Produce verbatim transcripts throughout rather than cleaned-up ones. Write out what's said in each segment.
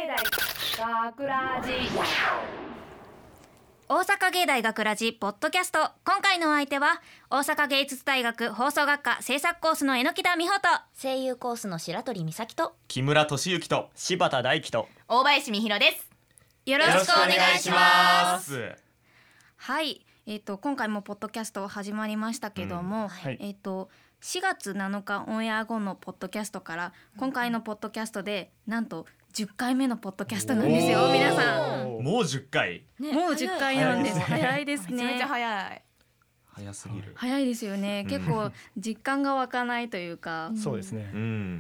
大学ラジ大阪芸大学ラジポッドキャスト。今回のお相手は大阪芸術大学放送学科制作コースの榎田美穂と声優コースの白鳥美咲と木村俊之と柴田大樹と大林美弘です。 よろしくお願いします。 す。 はい、えー、と今回もポッドキャスト始まりましたけども、 うんはいえー、としがつなのかオンエア後のポッドキャストから今回のポッドキャストでなんとじゅっかいめのポッドキャストなんですよ。皆さんもうじゅっかい。 ね、 もうじゅっかいなんです。早いですね。 めちゃめちゃ早い。 早すぎる。 早いですよね。結構実感が湧かないというか、 そうですね、 うん、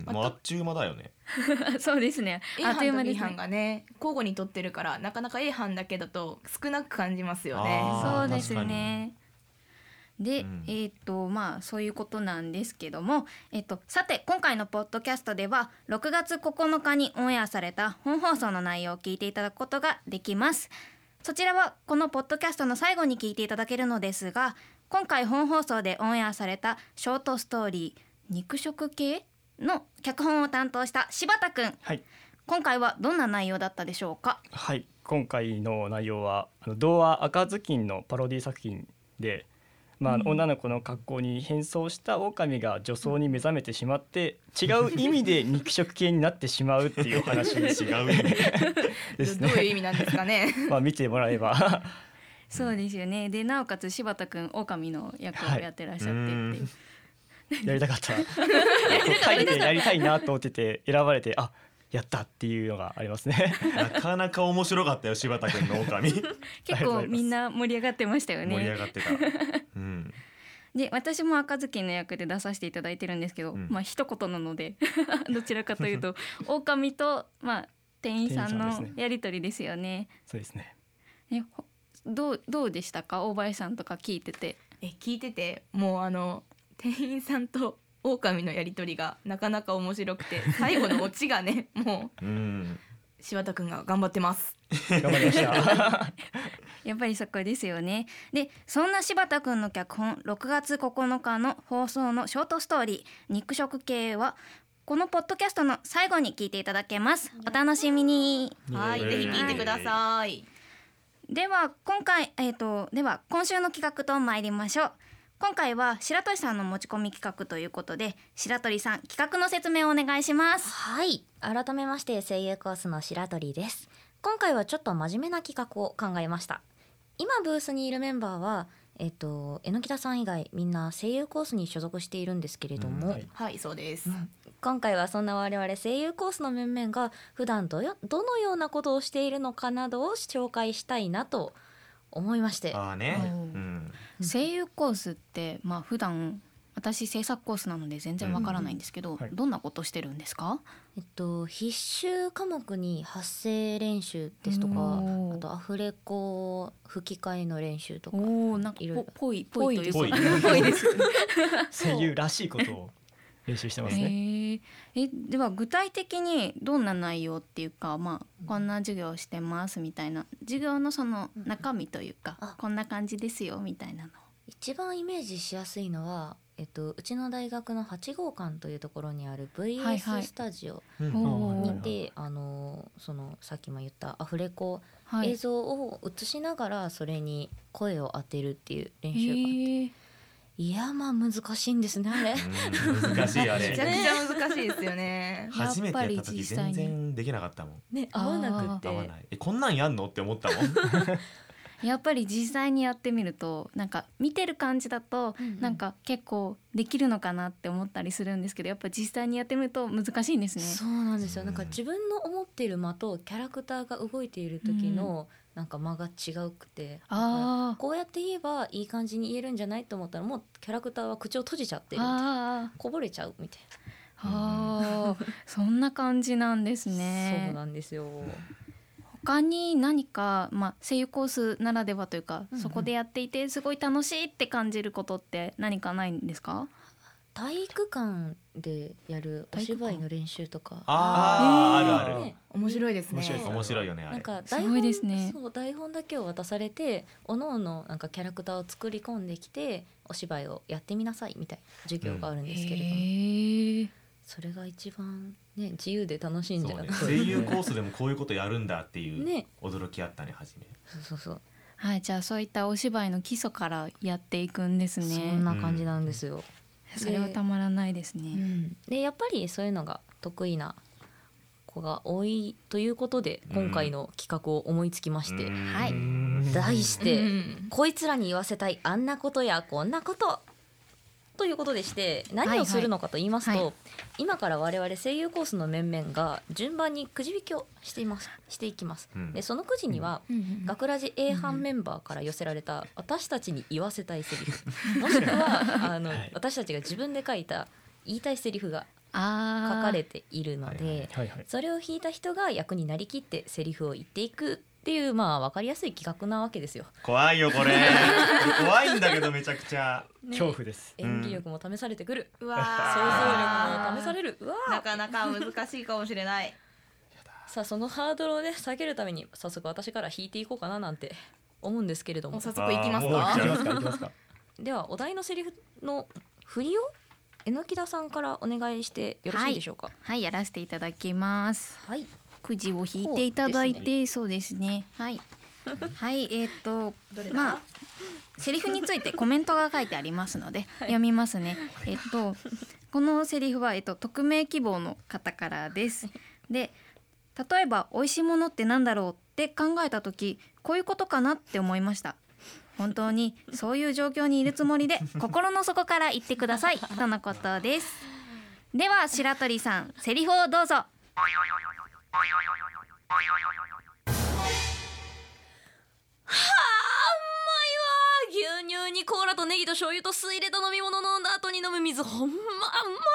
もうあっちゅう間だよね。 そうですね。 A あっという間班とで B すね班。がね交互に撮ってるからなかなか A 班だけだと少なく感じますよね。 あーそうですね。で、 うんえーっとまあそういうことなんですけども、えっとさて今回のポッドキャストではろくがつここのかにオンエアされた本放送の内容を聞いていただくことができます。そちらはこのポッドキャストの最後に聞いていただけるのですが、今回本放送でオンエアされたショートストーリー肉食系の脚本を担当した柴田くん、 はい、 今回はどんな内容だったでしょうか？ はい、今回の内容はあの童話赤ずきんのパロディ作品で、まあ、女の子の格好に変装した狼が女装に目覚めてしまって違う意味で肉食系になってしまうっていうお話違う意味ですどういうね。 意味なんですかね。 まあ見てもらえばそうですよね。でなおかつ柴田くん狼の役をやってらっしゃってっていう、 やりたかった書いてやりたいなと思ってて選ばれてあやったっていうのがありますね。 なかなか面白かったよ柴田君の狼。 結構みんな盛り上がってましたよ盛り上ね。 がってた。うん。 で私も赤ずきんの役で出させていただいてるんですけど、 うんまあ一言なのでどちらかというと狼と、まあ、店員さんの店員さんですねやり取りですよね。 そうですね。 ねほどうどうでしたか？大林さんとか聞いてて。 え聞いててもうあの店員さんと狼のやり取りがなかなか面白くて最後のオチがねもうん。 う柴田くんが頑張ってます。 頑張りましたやっぱりそこですよね。でそんな柴田くんの脚本ろくがつここのかの放送のショートストーリー肉食系はこのポッドキャストの最後に聞いていただけます。お楽しみに。 はい、 イエーイぜひ聞いてください。 では今回、えー、とでは今週の企画と参りましょう。今回は白鳥さんの持ち込み企画ということで白鳥さん企画の説明をお願いします。 はい、改めまして声優コースの白鳥です。今回はちょっと真面目な企画を考えました。今ブースにいるメンバーはえっと榎田さん以外みんな声優コースに所属しているんですけれども、 うんはいはいそうです。 今回はそんな我々声優コースの面々が普段どよどのようなことをしているのかなどを紹介したいなと思いまして、 ああね。 ううんん。 声優コースってまあ普段私制作コースなので全然わからないんですけど、 うんはいどんなことしてるんですか？ えっと、必修科目に発声練習ですとか、 おーあとアフレコ吹き替えの練習とか、 おーなんかいろいろぽぽいぽいというかぽいぽいです声優らしいことを練習してますね。 へーえでは具体的にどんな内容っていうか、まあ、こんな授業をしてますみたいな授業のその中身というか、 あこんな感じですよみたいなの。 一番イメージしやすいのは、えっと、うちの大学のはち号館というところにある ブイエはいはいス スタジオうんおーにて、あのそのさっきも言ったアフレコ、 はい映像を映しながらそれに声を当てるっていう練習が、 へーいやまあ難しいんですねあれ。 うん難しいあめちゃくれ。 ちゃ難しいですよね。 初めてやった時やっぱり実際に全然できなかったもん。 ね合わなくって合わない。えこんなんやんのって思ったもん。 やっぱり実際にやってみるとなんか見てる感じだとうんうんなんか結構できるのかなって思ったりするんですけど、やっぱ実際にやってみると難しいんですね。 そうなんですよ。 うんなんか自分の思っている間とキャラクターが動いている時のなんか間が違うくて、 あーこうやって言えばいい感じに言えるんじゃないと思ったらもうキャラクターは口を閉じちゃってるみたいな、 あーこぼれちゃうみたいあーそんな感じなんですな、 ね。 そうなんですよ。 他に何か、まあ、声優コースならではというか、 うんうんそこでやっていてすごい楽しいって感じることって何かないんですか？ 体育館でやるお芝居の練習とか、 あああるある。 ね面白いですね。 面白いです面白いよねあなんれ。 すか台本ごいですねそう台本だけを渡されておのおのなんかキャラクターを作り込んできてお芝居をやってみなさいみたいな授業があるんですけれども、 へーそれが一番ね自由で楽しいんじゃないかそうね、声優コースでもこういうことやるんだっていうね驚きあったね初め。 そうそうそう、 はい、じゃあそういったお芝居の基礎からやっていくんですそね。 んな感じなんですよ、 それはたまらないですうね。 ん、でやっぱりそういうのが得意な子が多いということで今回の企画を思いつきまして、 うんはいうん題して、 うんこいつらに言わせたいあんなことやこんなことということでして何をするのかと言いますと、 はいはい今から我々声優コースの面々が順番にくじ引きをしていますしていきます、 うんでそのくじには、学ラジ A 班メンバーから寄せられた私たちに言わせたいセリフもしくはあの、 はい私たちが自分で書いた言いたいセリフがあ書かれているので、 はいはいはいはい。 それを引いた人が役になりきってセリフを言っていくっていうまあ分かりやすい企画なわけですよ。 怖いよこれ怖いんだけどめちゃくちゃ。 ね恐怖です。 演技力も試されてくる、 うわ想像力も試される。うわーなかなか難しいかもしれない。 さあそのハードルをね下げるために早速私から引いていこうかななんて思うんですけれども、 もう早速いきますあーもうかいきますかいきますか。 ではお題のセリフの振りを榎田さんからお願いしてよろしいでしょうか。 はい、やらせていただきます。 はい、 くじを引いていただいて、そうですね。はい。はい、えっ、とまあセリフについてコメントが書いてありますので、読みますね。えっ、とこのセリフはえっ、と匿名希望の方からです。で、例えば美味しいものってなんだろうって考えた時、こういうことかなって思いました。本当にそういう状況にいるつもりで心の底から言ってくださいとのことです。では白鳥さん、セリフをどうぞ。 牛乳にコーラとネギと醤油と酢入れた飲み物飲んだ後に飲む水ほんまうまいわ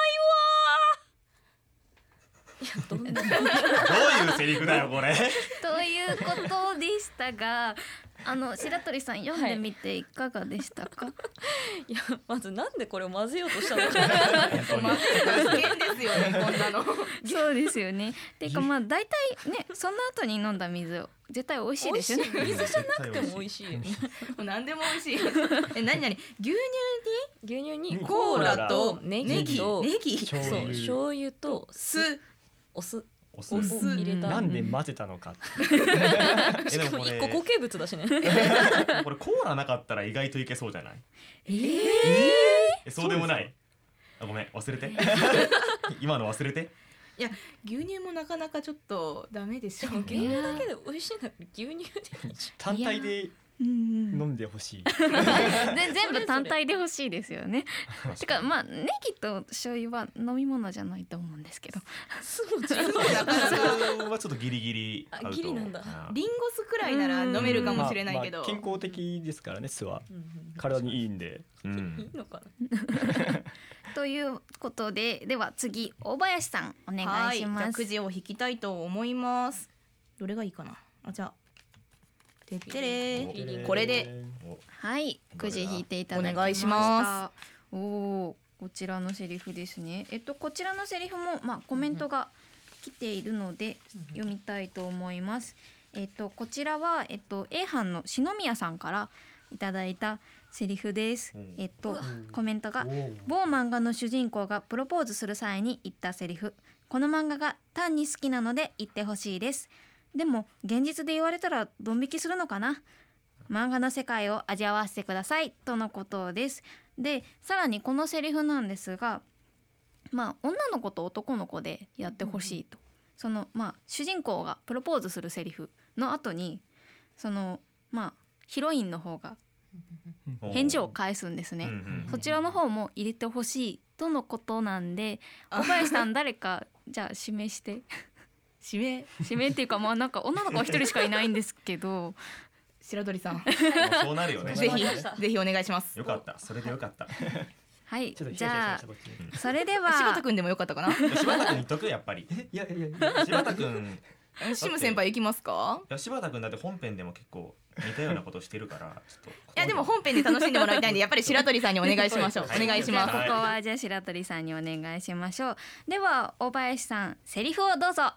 ー。いやどんなどういうセリフだよこれ。 ということでしたが、あの白鳥さん読んでみていかがでしたか？ いやまずなんでこれを混ぜようとしたのかまあ危険ですよねこんなの。 そうですよね。てかまあ大体ね、その後に飲んだ水絶対美味しいですよね。 水じゃなくても美味しいよね。 もう何でも美味しい。え、何何？牛乳に牛乳にコーラとネネギギとネギそう醤油醤油と酢お酢お酢を入れた。 なんで混ぜたのか。 しかも一個固形物だしね。 これコーラなかったら意外といけそうじゃない？ えー、 えそうでもない。あごめん忘れて。今の忘れて。 いや牛乳もなかなかちょっとダメでしょ。 牛乳だけで美味しいの牛乳で単体でうん飲んでほしい。 で全部単体で欲しいですよね。てかまあネギと醤油は飲み物じゃないと思うんですけど。 酢も違う。 なかなかそれはちょっとギリギリアウト。 あギリなんだあリンゴ酢くらいなら飲めるかもしれないけど。 まあまあ健康的ですからね、酢はうんうん体にいいんで。 ういいん。 のかな。 ということで、では次大林さんお願いしはます。 じゃあくじを引きたいと思います。どれがいいかな。あじゃあてってれーこれでおはい、くじ引いていただきました。 お願いしまおお、こちらのセリフですね。えっとこちらのセリフもまあコメントが来ているので読みたいと思います。えっとこちらはえっと A 班の篠宮さんからいただいたセリフです。 うんえっとコメントがおー某漫画の主人公がプロポーズする際に言ったセリフ。この漫画が単に好きなので言ってほしいです。でも現実で言われたらドン引きするのかな。漫画の世界を味わわせてくださいとのことです。でさらにこのセリフなんですが、まあ女の子と男の子でやってほしいと、そのまあ主人公がプロポーズするセリフの後にそのまあヒロインの方が返事を返すんですね。 うんうんそちらの方も入れてほしいとのことなんで、小林さん誰かじゃあ指名して指名指名っていうかまあなんか女の子は一人しかいないんですけど白鳥さんもうそうなるよね。 ぜひわかりましたぜひお願いします。 よかった。それでよかった。 はいちょっとじゃヒヤヒヤしたこっちあそれでは柴田くんでもよかったかな。 柴田君言っとくやっぱり。 いやいやいや。 柴田君シム先輩行きますか。 いや柴田君だって本編でも結構似たようなことしてるからちょっと。 いやでも本編で楽しんでもらいたいんでやっぱり白鳥さんにお願いしましょう。おはい願いします。 ここはじゃあ白鳥さんにお願いしましょう。では大林さんセリフをどうぞ。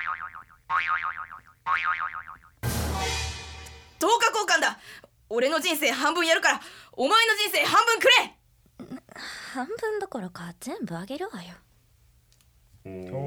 等価交換だ。俺の人生半分やるからお前の人生半分くれ。 半分どころか全部あげるわよ。 お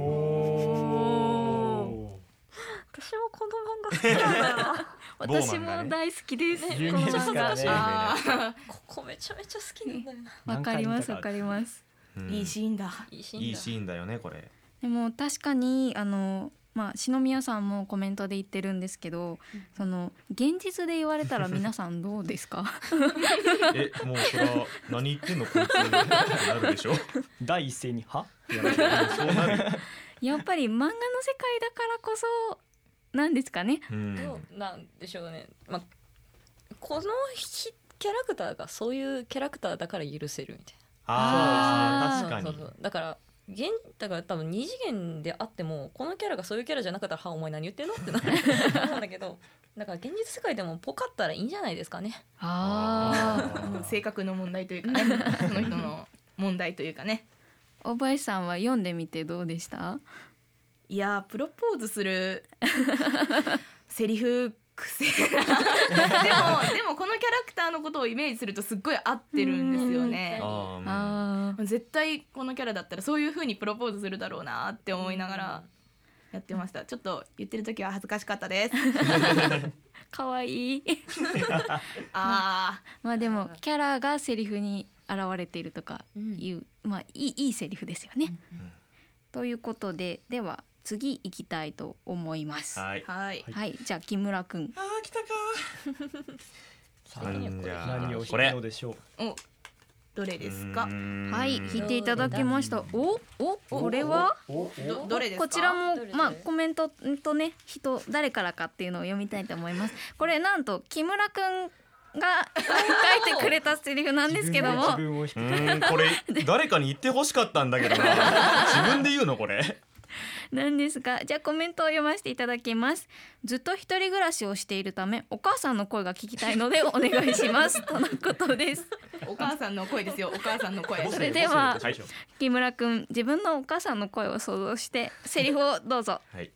お私もこの漫画好きなんだよな私も大好きです、 有名ですからねあここめちゃめちゃ好きなんだよなわかりますわかりますうんーいいシーンだ。 いいシーンだいいシーンだよねこれ。 でも確かにあのまあ篠宮さんもコメントで言ってるんですけど、その現実で言われたら皆さんどうですか？ えもうそれは何言ってんのこいつになるでしょ。 第一声にはいやそうなるよ。 やっぱり漫画の世界だからこそなんですかね。 うんどうなんでしょうね、まあ、このひキャラクターがそういうキャラクターだから許せるみたいあーあー確かに。 なそうそうだから現だから多分二次元であってもこのキャラがそういうキャラじゃなかったらはお前何言ってんのってなる思うんだけどだから現実世界でもポカったらいいんじゃないですかね。 ああ。 もう性格の問題というかねその人の問題というかね。 大林さんは読んでみてどうでした？ いやープロポーズするセリフ癖でもでもこのキャラクターのことをイメージするとすっごい合ってるんですよね。 あーああ。 絶対このキャラだったらそういう風にプロポーズするだろうなって思いながらやってました。ちょっと言ってる時は恥ずかしかったです。 可愛いあまあでもキャラがセリフに現れているとかうんいう、まあいいいいセリフですよね。ということででは次行きたいと思います。ははい。 ーはいい、じゃあ木村くん。 あー来たか。なんじゃあ何を弾くこれのでしょう。 おどれですか？ はい、弾いていただきました。お、お、これはおどどれですか？ こちらもどれどれまあコメントとね人誰からかっていうのを読みたいと思います。これなんと木村くんが書いてくれたセリフなんですけども自分をう引くーんこれ誰かに言ってほしかったんだけどな。自分で言うのこれ。 なんですが、じゃあコメントを読ませていただきます。ずっと一人暮らしをしているためお母さんの声が聞きたいのでお願いしますとのことです。 お母さんの声ですよ。お母さんの声。 それでははい木村くん自分のお母さんの声を想像してセリフをどうぞ。 はい。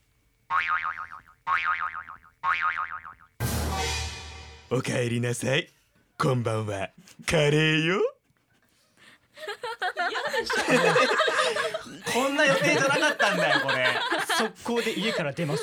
おかえりなさい。こんばんは。カレーよ。こんな予定じゃなかったんだよこれ。 速攻で家から出ます。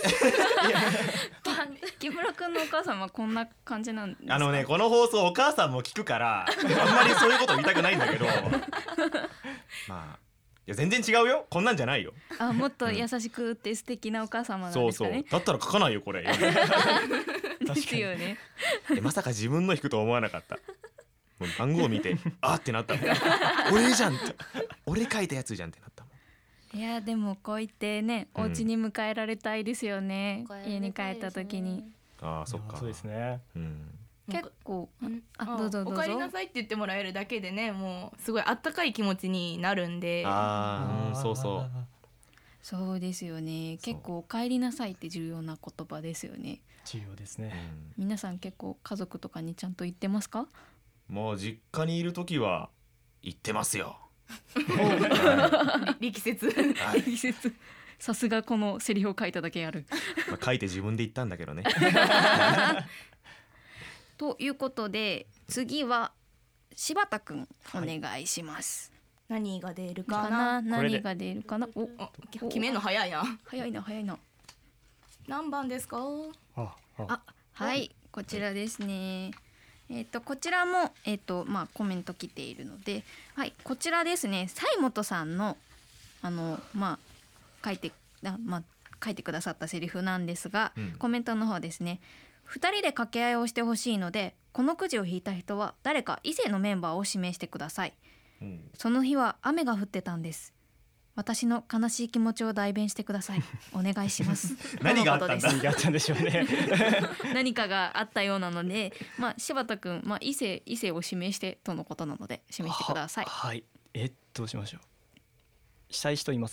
木村くんのお母さんはこんな感じなんですか？ あのねこの放送お母さんも聞くからあんまりそういうこと言いたくないんだけどまあいや全然違うよ。こんなんじゃないよ。 あ、もっと優しくって素敵なお母様なんそうですかね。 そうだったら書かないよこれ。 ですよね。 えまさか自分の引くとは思わなかった。もう番号を見てあってなったもん。俺じゃんって俺書いたやつじゃんってなったもん。 いやでもこう言ってね、 うんお家に迎えられたいですよね。家に帰った時にああそっか。 そうですね。 うん結構うんあどうぞどうぞお帰りなさいって言ってもらえるだけでねもうすごいあったかい気持ちになるんで。 ああそうそう。 そうですよね。 そう結構お帰りなさいって重要な言葉ですよね。 重要ですね。 うん皆さん結構家族とかにちゃんと言ってますか？ もう実家にいる時は言ってますよ。 力説。 はい季節さすがこのセリフを書いただけある。 まあ、書いて自分で言ったんだけどね。 ということで次は柴田くんお願いします。 何が出るかかな。 なこれで何が出るかな。おおき決めるの早いな。 早いな早いな。 何番ですか？ あああはいこちらですね。えっ、とこちらもえっ、とまあコメント来ているので、はいこちらですね。西本さんのあのまあ書いてあまあ書いてくださったセリフなんですが、 うんコメントの方ですね。ふたりで掛け合いをしてほしいので、このくじを引いた人は誰か異性のメンバーを指名してください。 うんその日は雨が降ってたんです。私の悲しい気持ちを代弁してください。お願いします。 何があったんだとのことです何があったんでしょうね。 何かがあったようなので、まあ柴田くん、まあ異性異性を指名してとのことなので指名してください。 ははい。えどうしましょう。したい人います。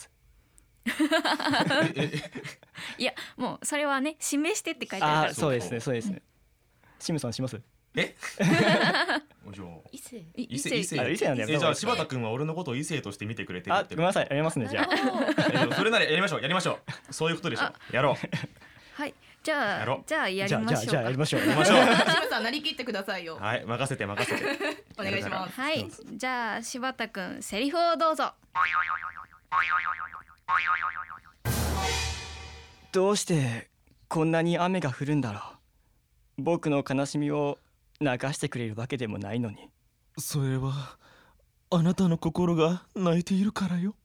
いやもうそれはね指名してって書いてあるから。 あそうですねそうですね。シムさんします。 えじゃあ異性い異性異性あ異性なんだよえじゃあ柴田君は俺のことを異性として見てくれてるってあごめんなさいやりますねじゃあ。 えでもそれならやりましょうやりましょう。そういうことでしょ。やろうはいじゃやろうあじゃあやじゃあじゃありましょうか。 じゃあやりましょう。 やりましょう。 シムさんなりきってくださいよ。 はい任せて任せて。 お願いします。 はいじゃあ柴田くんセリフをどうぞ。 どうしてこんなに雨が降るんだろう。僕の悲しみを流してくれるわけでもないのに。 それはあなたの心が泣いているからよ。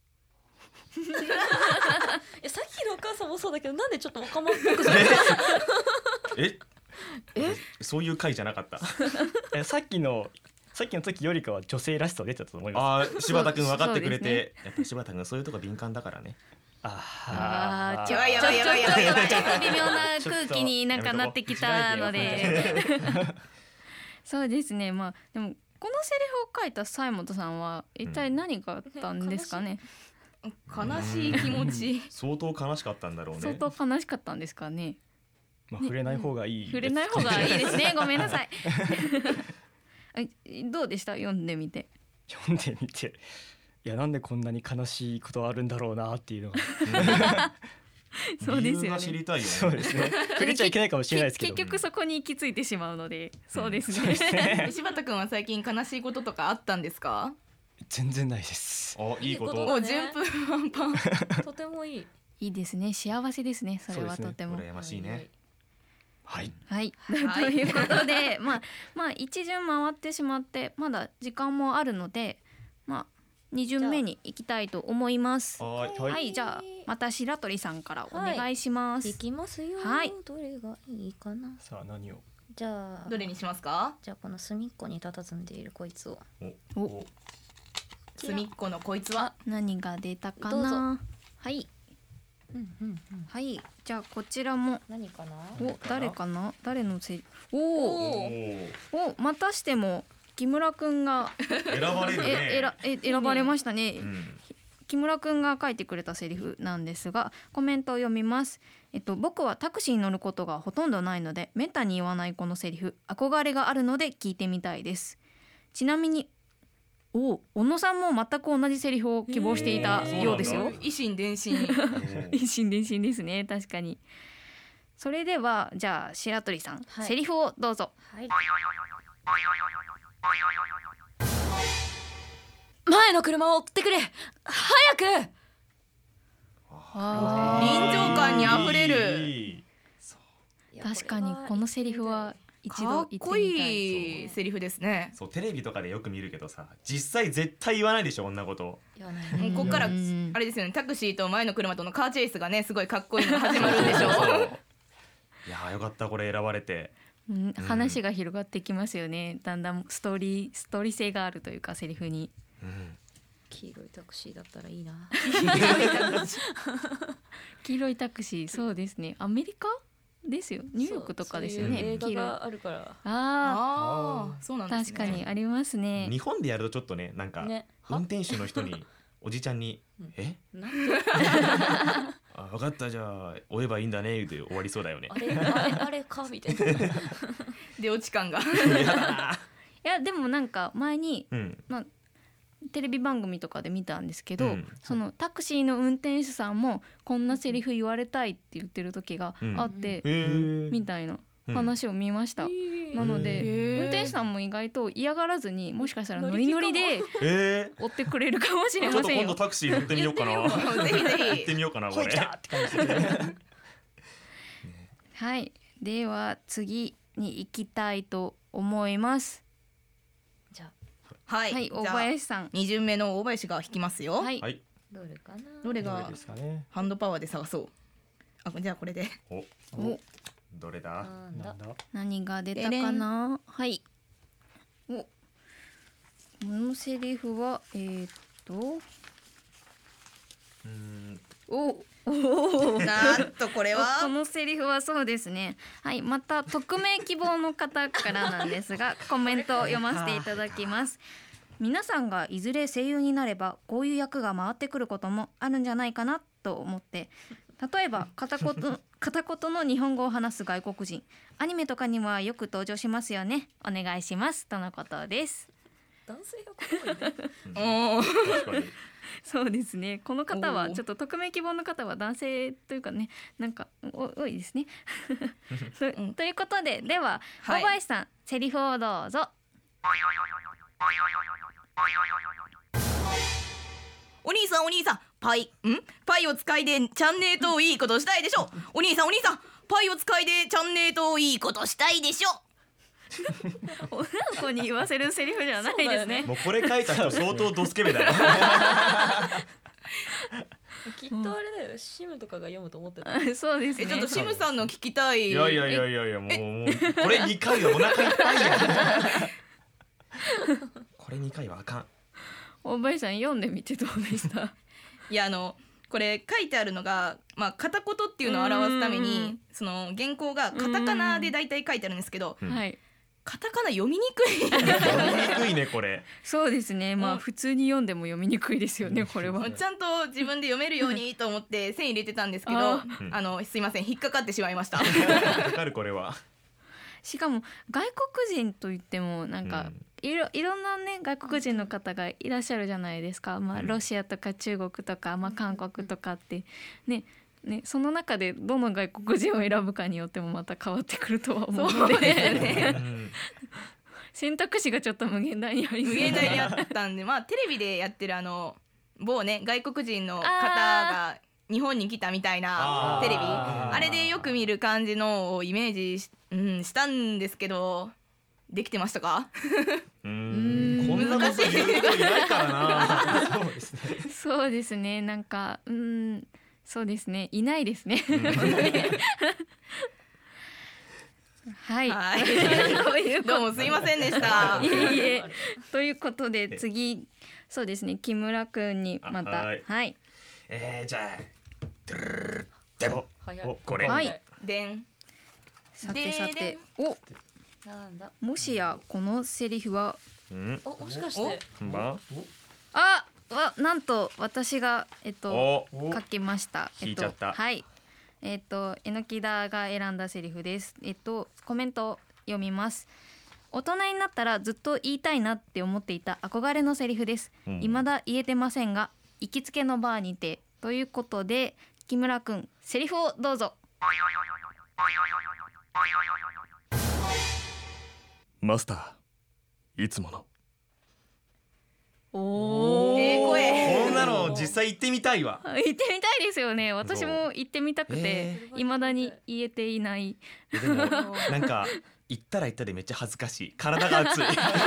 えさっきのお母さんもそうだけど、なんでちょっとおかまっぽくええそういう回じゃなかった。 えさっきのさっきの時よりかは女性らしさ出てたと思います。 あー柴田くん分かってくれそうて、やっぱ柴田くんそういうとこ敏感だからね。 あーちょやばいやばいやばいやばいちょっと微妙な空気になんかなってきたのでそうですね。まあでもこのセリフを書いた西本さんは一体何があったんですかね。 悲しい気持ち。 相当悲しかったんだろうね。 相当悲しかったんですかね。 まあ、触れない方がいいです。 触れない方がいいですね。ごめんなさい。どうでした読んでみて。 読んでみて、いやなんでこんなに悲しいことあるんだろうなっていうのがそうですよね理由が知りたいよね。 そうですね。触れちゃいけないかもしれないですけど、 結局そこに行き着いてしまうので、そうですそうですね。 ね。 柴田くんは最近悲しいこととかあったんですか？ 全然ないです。 あ、いいこいいことと。 もう順風満帆。 とてもいい。 いいですね。幸せですね。それはそうですねとても。 羨ましいね。 はい。 はい、 はいということで、まあまあ一巡回ってしまってまだ時間もあるので、まあ二巡目に行きたいと思います。 はーい。 はい、じゃあまた白鳥さんからお願いします。 いきますよ。 はいどれがいいかな。 さあ何を。 じゃあどれにしますか？ じゃあこの隅っこに佇んでいるこいつを。 お、 隅っこのこいつは。 何が出たかどうぞな。はいうんうんうん。 はい、じゃあこちらも何かな。 お誰かな誰のせいおおおーおまたしても木村くんが選ばれるね。 ええらえ選ばれましたね。 うん。 木村くんが書いてくれたセリフなんですが、コメントを読みます。えっと僕はタクシーに乗ることがほとんどないのでめったに言わないこのセリフ、憧れがあるので聞いてみたいです。ちなみにお小野さんも全く同じセリフを希望していたようですよへーそうなん。 維新伝心。 一心伝心ですね。確かに。それではじゃあ白鳥さん、 はいセリフをどうぞ。 はい。前の車を追ってくれ。早く。 あ臨場感にあふれる。 いい。 ー確かにこのセリフは一か度言ってみたっこい。 いいセリフですね。 そうテレビとかでよく見るけどさ、実際絶対言わないでしょ、女こと。 言わないもうね。 ここからあうんれですよね、タクシーと前の車とのカーチェイスがねすごいかっこいいのが始まるんでしょう。 そういやーよかった、これ選ばれて。 うん話が広がってきますよね。だんだんストーリーストーリー性があるというかセリフに。 うん。 黄色いタクシーだったらいいな。 黄色いタクシー、そうですね。アメリカですよ。ニューヨークとかですよね。 そういう映黄色い。 画があるから。 あああ、そうなんあ、 ですね。 確かにありますね。 日本でやるとちょっとね、なんかね。 運転手の人におじちゃんにうんえなんで。 あ分かったじゃあ追えばいいんだねで終わりそうだよね。 あれあれあれかみたいな。 出落ち感が。 やだな。 いやでもなんか前にうん。 テレビ番組とかで見たんですけど、 うんそのタクシーの運転手さんもこんなセリフ言われたいって言ってる時があって、 へーみたいな話を見ました。なのでへー運転手さんも意外と嫌がらずにもしかしたらノリノリでえ追ってくれるかもしー、ちょっと今度れませんよ。 タクシー乗ってみようかな。 ぜひぜ行っひてみようかなこれ。 ほい来たって感じですね。 はい、では次に行きたいと思います。 じゃあはい、 はい、大じゃあ林さん。 二巡目の大林が弾きますよ。 はい、 はい。 どれかな。 どれがどれですかね。 ハンドパワーで探そう。あ、じゃあこれで。 おおどれだ。 なんだなん。だ。 何が出たかな。はい。お、このセリフはえー、っと、 うーん。 お、おお。 なんとこれこは。 のセリフはそうですね。はい、また匿名希望の方からなんですがコメントを読ませていただきます。皆さんがいずれ声優になればこういう役が回ってくることもあるんじゃないかなと思って、例えば片言片言の日本語を話す外国人、アニメとかにはよく登場しますよね。お願いしますとのことです。 男性が怖いね。 おお。 確かに。 そうですね。この方はおーちょっと匿名希望の方は男性というかね、なんかお多いですね。と, うんということで、では、 はい大林さんセリフをどうぞ。 お兄さんお兄さん、 パイんパイを使いでチャンネーといいことしたいでしょ。お兄さんお兄さんパイを使いでチャンネーといいことしたいでしょ。 女の子に言わせるセリフじゃないですね。 もうこれ書いた人相当ドスケベだよきっとあれだよ、シムとかが読むと思ってた。 そうですね。 えちょっとシムさんの聞きたい。 いやいやいやいやいやもうもうこれにかいはお腹いっぱいやこれにかいはあかん。 大林さん読んでみてどうでした？ いやあのこれ書いてあるのが、まあ、片言っていうのを表すためにその原稿がカタカナで大体書いてあるんですけど、 うんはい。 カタカナ読みにくい読みにくいねこれ。 そうですね。まうんあ普通に読んでも読みにくいですよねこれは。 ちゃんと自分で読めるようにと思って線入れてたんですけどああのすいません引っかかってしまいましたかかるこれは。 しかも外国人といってもなんか、 うんいろいろんなね外国人の方がいらっしゃるじゃないですか。まあうんロシアとか中国とかまあ韓国とかってね。ね、その中でどの外国人を選ぶかによってもまた変わってくるとは思うので、 そうですねうん選択肢がちょっと無限大にありそう無限大にあったんでまあテレビでやってるあの某ね外国人の方が日本に来たみたいなテレビあーあれでよく見る感じのをイメージし、うん、したんですけどできてましたか？ ううんんこんなこと言う人いないからなそうですね。 そうですね。なんかうんそうですね。いないですね。はい。 はいというこどうもすいませんでしたいえいえ。ということで次そうですね木村くんにまたあはいはいえー、じゃあドゥルルルルでも早おこれはいでんさてさでておなんだ。 もしやこのセリフはうんお、もしかして。 ばあわなんと私がえっとお書きました。 引いちゃったえっと、はい。えっと榎田が選んだセリフです。えっとコメントを読みます。大人になったらずっと言いたいなって思っていた憧れのセリフです。 うん未だ言えてませんが行きつけのバーにてということで木村くんセリフをどうぞ。 マスターいつものおええ声こんなの実際行ってみたいわ。 行ってみたいですよね。私も行ってみたくてえ未だに言えていない。 でもなんか行ったら行ったでめっちゃ恥ずかしい。体が熱い。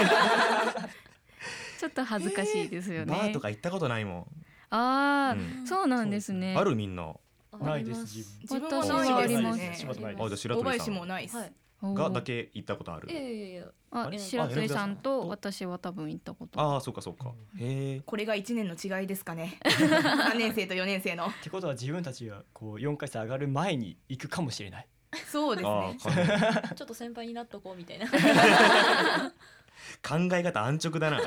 ちょっと恥ずかしいですよね。 バーとか行ったことないもん。 ああ、 うんそうなんですね。 あるみんな。 ないです自分。 自分は私ないですはありますね柴田ないあじゃあです。 白鳥さん大林もないです、 はい。 おーがだけ行ったことある。 いやいやいや。 ああれ白鳥さんあと私は多分行ったこと。 ああそうかそうか。へえ。 これがいちねんの違いですかねさんねん生とよねん生のってことは自分たちがこうよんかい生上がる前に行くかもしれない。 そうですあねあかちょっと先輩になっとこうみたいな。 考え方安直だな。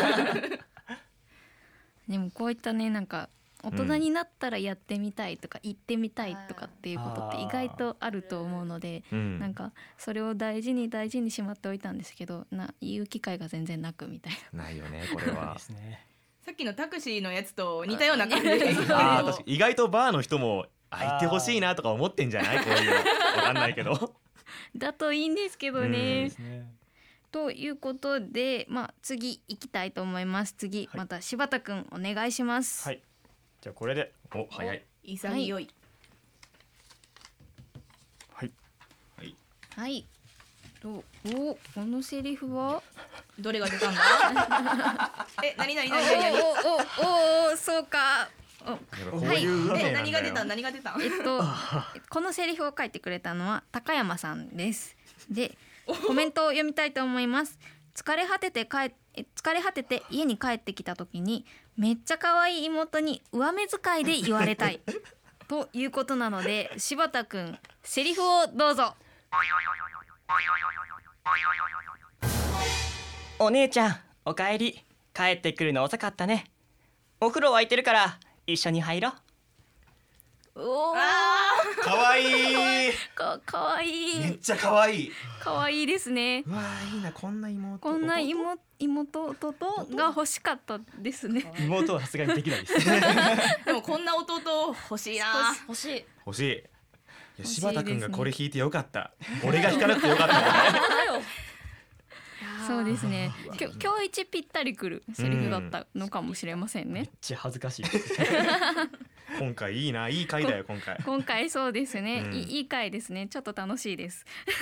でもこういったねなんか大人になったらやってみたいとか行ってみたいとかっていうことって意外とあると思うので、 うんなんかそれを大事に大事にしまっておいたんですけどな言う機会が全然なくみたいな。 ないよねこれはで。すね。 さっきのタクシーのやつと似たような感じでああ確かに意外とバーの人もあ行ってほしいなとか思ってんじゃないこういうの。わかんないけど。 だといいんですけどうんねで。すね。 ということで、まあ、次行きたいと思います。次、 はいまた柴田くんお願いします。 はい。じゃあこれで。 お早い。 潔いはい。 はい。とおこのセリフはどれが出たんだえ何何何何何おおおおそうか。おやっぱこうはいいう運命えなんだよ。 何が出た何が出たえっとこのセリフを書いてくれたのは高山さんです。でコメントを読みたいと思います。疲れ果てて帰え疲れ果てて家に帰ってきた時にめっちゃ可愛い妹に上目遣いで言われたいということなので柴田くんセリフをどうぞ。 お姉ちゃんおかえり。帰ってくるの遅かったね。お風呂沸いてるから一緒に入ろう。 おお可愛い。 かかわいいめっちゃ可愛い。 かわいいですね。 うわーいいなこんな妹。 こんな弟妹妹弟が欲しかったですね。 妹はさすがにできないです。 でもこんな弟欲しいな欲しい。 欲しい。いや欲しいですね柴田くんがこれ弾いてよかった。俺が弾かなくてよかったこれ。 だよ。 そうですねうわきょ今日一ぴったりくるセリフだったのかもしれませんめっね、 ちゃ恥ずかしい今回いいないい回だよ今回。 今回そうですね、 うんいいいい回ですねちょっと楽しいです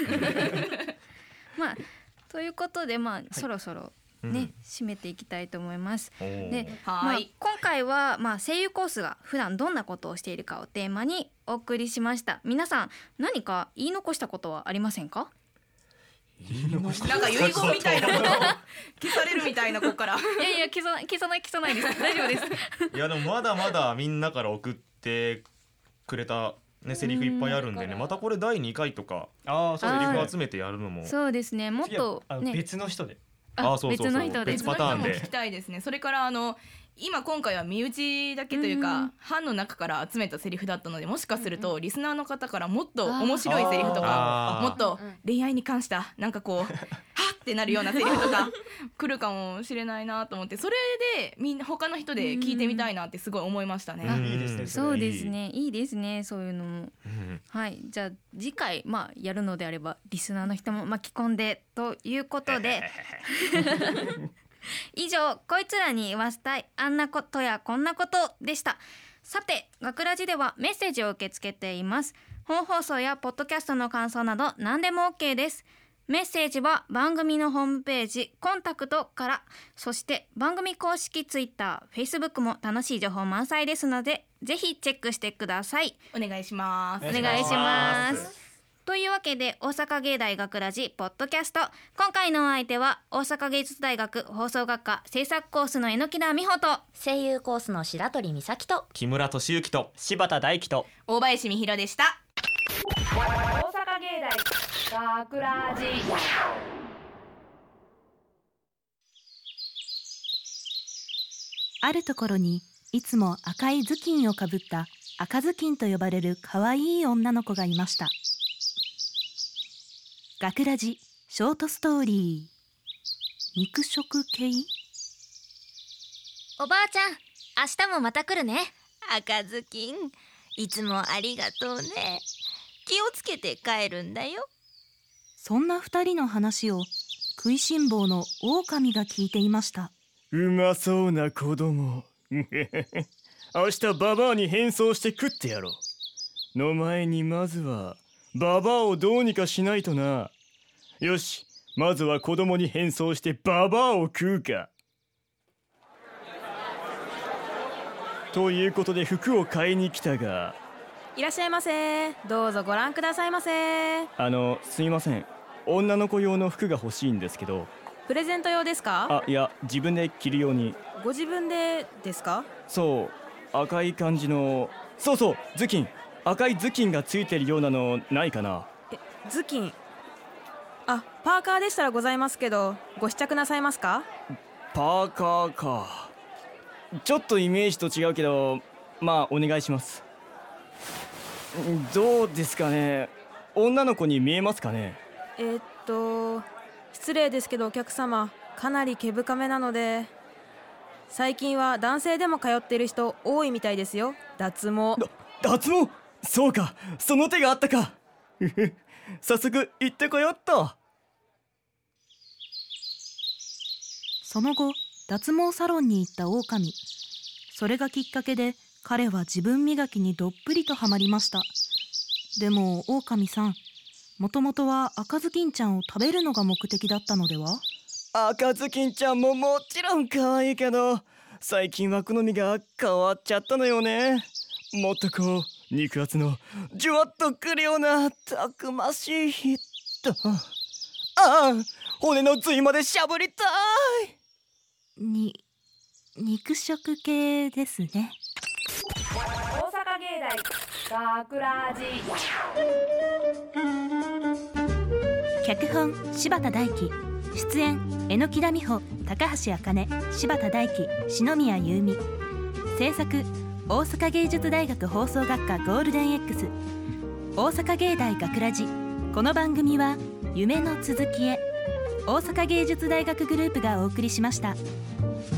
まあということでまあ、そろそろね、締めていきたいと思います。 うん、おーで、 はまあ、 ーい、 今回は、まあ、声優コースが普段どんなことをしているかをテーマにお送りしました。皆さん何か言い残したことはありませんか？ なんか遺言みたいなことを消されるみたいな子からいやいや消さない消さない消さないです大丈夫ですいやでもまだまだみんなから送ってくれたねセリフいっぱいあるんでね、またこれだいにかいとかああそうセリですねフ集めてやるのも、 そうですねもっ次はとあのね別の人であそうそうそう別の人で別パターンで別の人も聞きたいですね。それからあの今今回は身内だけというか、 うん班の中から集めたセリフだったので、もしかするとリスナーの方からもっと面白いセリフとかあーもっと恋愛に関したなんかこうはっってなるようなセリフとか来るかもしれないなと思って、それでみんな他の人で聞いてみたいなってすごい思いましたね。 うんいいですねそうですねいいですねそういうのもうんはいじゃあ次回まあやるのであればリスナーの人も巻き込んでということで以上こいつらに言わせたいあんなことやこんなことでした。さて学ラジではメッセージを受け付けています。本放送やポッドキャストの感想など何でも OK です。メッセージは番組のホームページコンタクトから、そして番組公式ツイッター、Facebook も楽しい情報満載ですのでぜひチェックしてください。 お願いします。 お願いしますというわけで大阪芸大学ラジポッドキャスト、今回のお相手は大阪芸術大学放送学科制作コースの榎田美穂と声優コースの白鳥美咲と木村俊之と柴田大樹と大林美弘でした。 大阪芸大学ラジあるところにいつも赤い頭巾をかぶった赤ずきんと呼ばれる可愛い女の子がいました。学ラジショートストーリー、肉食系。 おばあちゃん、明日もまた来るね。赤ずきん、いつもありがとうね。気をつけて帰るんだよ。 そんな二人の話を食いしん坊の狼が聞いていました。 うまそうな子供明日ババアに変装して食ってやろう。の前にまずはババアをどうにかしないとな。よし、まずは子供に変装してババアを食うか。ということで服を買いに来たが、 いらっしゃいませ。どうぞご覧くださいませ。 あのすいません、女の子用の服が欲しいんですけど。 プレゼント用ですか？ あ、いや、自分で着るように。 ご自分でですか？ そう、赤い感じの、そうそう、頭巾、赤い頭巾がついてるようなのないかな。 え、頭巾。あ、パーカーでしたらございますけど、ご試着なさいますか？ パーカーか。ちょっとイメージと違うけど、まあお願いします。どうですかね、女の子に見えますかね。 えーっと失礼ですけどお客様、かなり毛深めなので。最近は男性でも通っている人多いみたいですよ。脱毛。 脱毛、そうか、その手があったか早速行ってこよっと。 その後脱毛サロンに行った狼。それがきっかけで彼は自分磨きにどっぷりとハマりました。でも狼さん、もともとは赤ずきんちゃんを食べるのが目的だったのでは？ 赤ずきんちゃんももちろん可愛いけど、最近は好みが変わっちゃったのよね。もっとこう肉厚のジュワッとくるようなたくましいヒット。ああ、骨の髄までしゃぶりたい。 に肉食系ですね。 大阪芸大学ラジ脚本柴田大樹、出演榎田美穂、高橋茜、柴田大樹、篠宮優美。制作大阪芸術大学放送学科ゴールデン X、 大阪芸大学ラジ。この番組は夢の続きへ、大阪芸術大学グループがお送りしました。